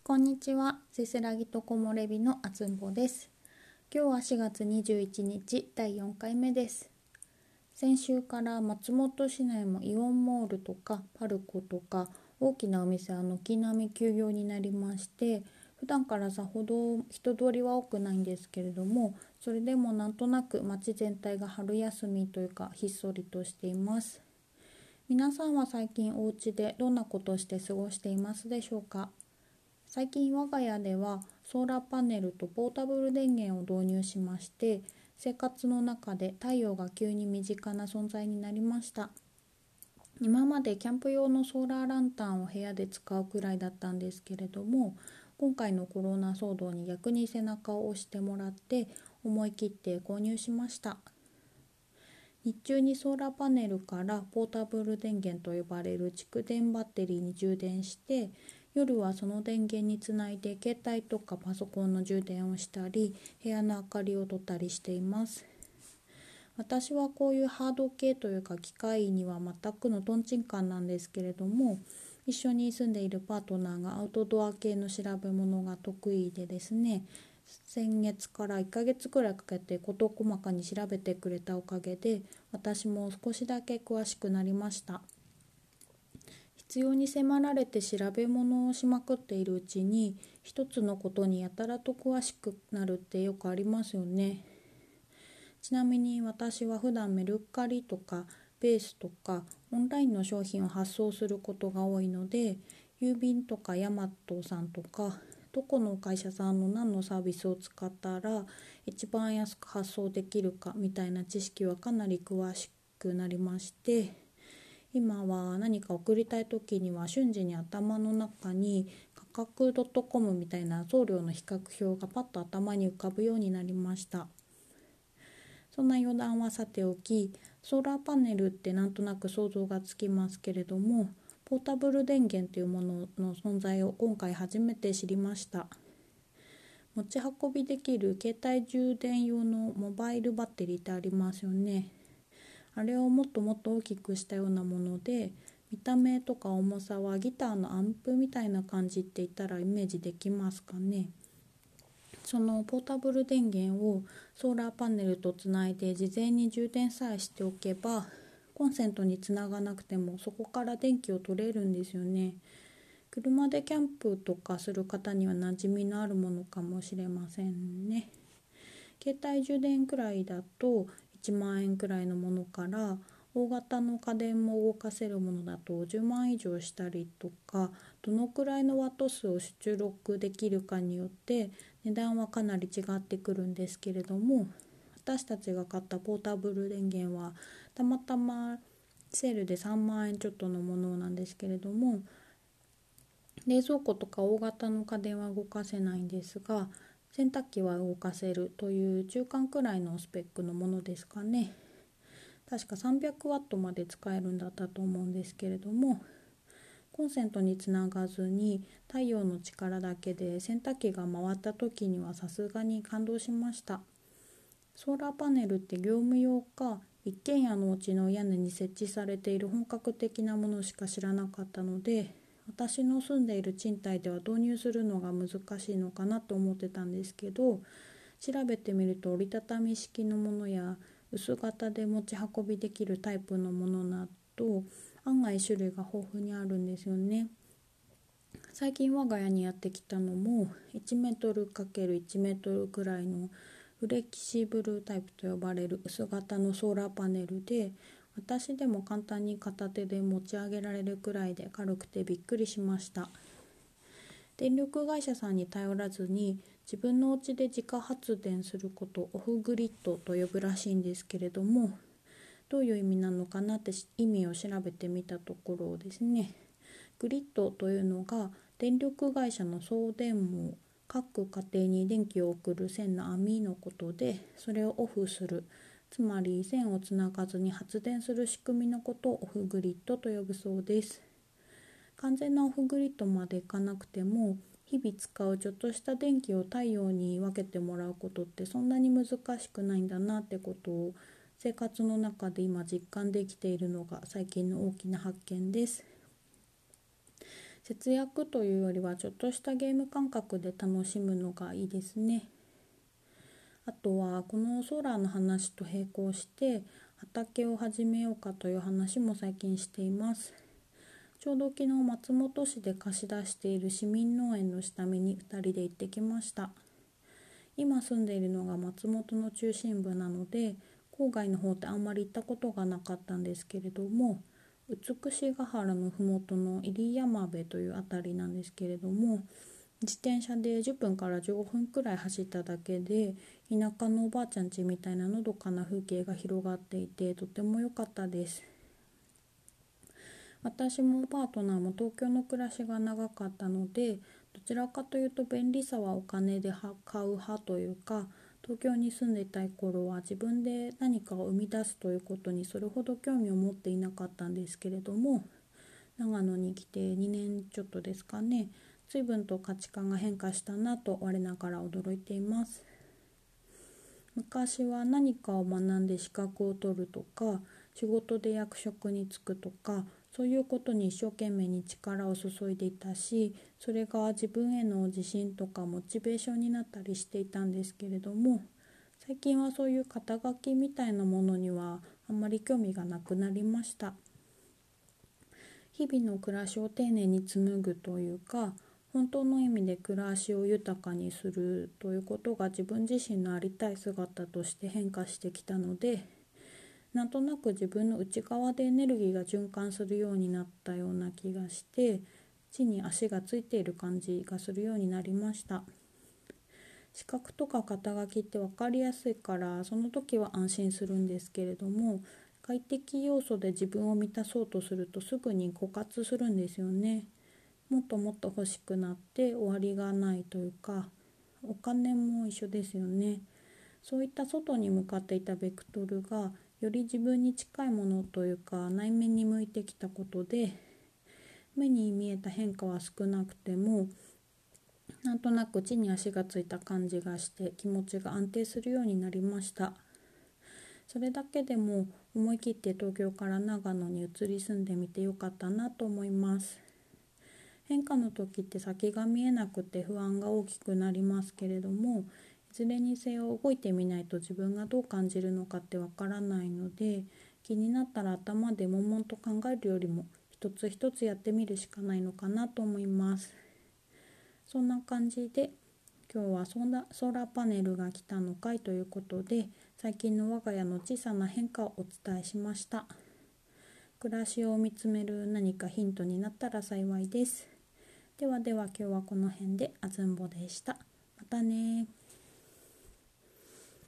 こんにちは。せせらぎとこもれびのあつんぼです。今日は4月21日第4回目です。先週から松本市内もイオンモールとかパルコとか大きなお店は軒並み休業になりまして、普段からさほど人通りは多くないんですけれども、それでもなんとなく街全体が春休みというかひっそりとしています。皆さんは最近お家でどんなことをして過ごしていますでしょうか。最近我が家ではソーラーパネルとポータブル電源を導入しまして、生活の中で太陽が急に身近な存在になりました。今までキャンプ用のソーラーランタンを部屋で使うくらいだったんですけれども、今回のコロナ騒動に逆に背中を押してもらって思い切って購入しました。日中にソーラーパネルからポータブル電源と呼ばれる蓄電バッテリーに充電して、夜はその電源につないで携帯とかパソコンの充電をしたり、部屋の明かりを取ったりしています。私はこういうハード系というか機械には全くのトンチンカンなんですけれども、一緒に住んでいるパートナーがアウトドア系の調べ物が得意でですね、先月から1ヶ月くらいかけて事細かに調べてくれたおかげで、私も少しだけ詳しくなりました。必要に迫られて調べ物をしまくっているうちに、一つのことにやたらと詳しくなるってよくありますよね。ちなみに私は普段メルカリとかベースとかオンラインの商品を発送することが多いので、郵便とかヤマトさんとかどこの会社さんの何のサービスを使ったら一番安く発送できるかみたいな知識はかなり詳しくなりまして、今は何か送りたい時には瞬時に頭の中に価格 .com みたいな送料の比較表がパッと頭に浮かぶようになりました。そんな余談はさておき、ソーラーパネルってなんとなく想像がつきますけれども、ポータブル電源というものの存在を今回初めて知りました。持ち運びできる携帯充電用のモバイルバッテリーってありますよね。あれをもっともっと大きくしたようなもので、見た目とか重さはギターのアンプみたいな感じって言ったらイメージできますかね。そのポータブル電源をソーラーパネルとつないで事前に充電さえしておけば、コンセントにつながなくてもそこから電気を取れるんですよね。車でキャンプとかする方には馴染みのあるものかもしれませんね。携帯充電くらいだと1万円くらいのものから、大型の家電も動かせるものだと10万以上したりとか、どのくらいのワット数を出力できるかによって値段はかなり違ってくるんですけれども、私たちが買ったポータブル電源はたまたまセールで3万円ちょっとのものなんですけれども、冷蔵庫とか大型の家電は動かせないんですが、洗濯機は動かせるという中間くらいのスペックのものですかね。確か300ワットまで使えるんだったと思うんですけれども、コンセントにつながずに太陽の力だけで洗濯機が回った時にはさすがに感動しました。ソーラーパネルって業務用か一軒家のうちの屋根に設置されている本格的なものしか知らなかったので、私の住んでいる賃貸では導入するのが難しいのかなと思ってたんですけど、調べてみると折りたたみ式のものや薄型で持ち運びできるタイプのものなど、案外種類が豊富にあるんですよね。最近我が家にやってきたのも1メートル ×1 メートルくらいのフレキシブルタイプと呼ばれる薄型のソーラーパネルで、私でも簡単に片手で持ち上げられるくらいで軽くてびっくりしました。電力会社さんに頼らずに自分のお家で自家発電することをオフグリッドと呼ぶらしいんですけれども、どういう意味なのかなって意味を調べてみたところですね、グリッドというのが電力会社の送電網、各家庭に電気を送る線の網のことで、それをオフする、つまり線をつながずに発電する仕組みのことをオフグリッドと呼ぶそうです。完全なオフグリッドまでいかなくても、日々使うちょっとした電気を太陽に分けてもらうことってそんなに難しくないんだなってことを生活の中で今実感できているのが最近の大きな発見です。 節約というよりはちょっとしたゲーム感覚で楽しむのがいいですね。あとはこのソーラーの話と並行して畑を始めようかという話も最近しています。ちょうど昨日松本市で貸し出している市民農園の下見に2人で行ってきました。今住んでいるのが松本の中心部なので、郊外の方ってあんまり行ったことがなかったんですけれども、美ヶ原のふもとの入山部というあたりなんですけれども、自転車で10分から15分くらい走っただけで田舎のおばあちゃん家みたいなのどかな風景が広がっていて、とても良かったです。私もパートナーも東京の暮らしが長かったので、どちらかというと便利さはお金で買う派というか、東京に住んでいた頃は自分で何かを生み出すということにそれほど興味を持っていなかったんですけれども、長野に来て2年ちょっとですかね、随分と価値観が変化したなと我ながら驚いています。昔は何かを学んで資格を取るとか、仕事で役職に就くとか、そういうことに一生懸命に力を注いでいたし、それが自分への自信とかモチベーションになったりしていたんですけれども、最近はそういう肩書きみたいなものにはあんまり興味がなくなりました。日々の暮らしを丁寧に紡ぐというか、本当の意味で暮らしを豊かにするということが自分自身のありたい姿として変化してきたので、なんとなく自分の内側でエネルギーが循環するようになったような気がして、地に足がついている感じがするようになりました。資格とか肩書きって分かりやすいからその時は安心するんですけれども、外的要素で自分を満たそうとするとすぐに枯渇するんですよね。もっともっと欲しくなって終わりがないというか、お金も一緒ですよね。そういった外に向かっていたベクトルがより自分に近いものというか内面に向いてきたことで、目に見えた変化は少なくてもなんとなく地に足がついた感じがして気持ちが安定するようになりました。それだけでも思い切って東京から長野に移り住んでみてよかったなと思います。変化の時って先が見えなくて不安が大きくなりますけれども、いずれにせよ動いてみないと自分がどう感じるのかってわからないので、気になったら頭で悶々と考えるよりも一つ一つやってみるしかないのかなと思います。そんな感じで今日はソーラーパネルが来たのかいということで、最近の我が家の小さな変化をお伝えしました。暮らしを見つめる何かヒントになったら幸いです。ではでは今日はこの辺であずんぼでした。またね。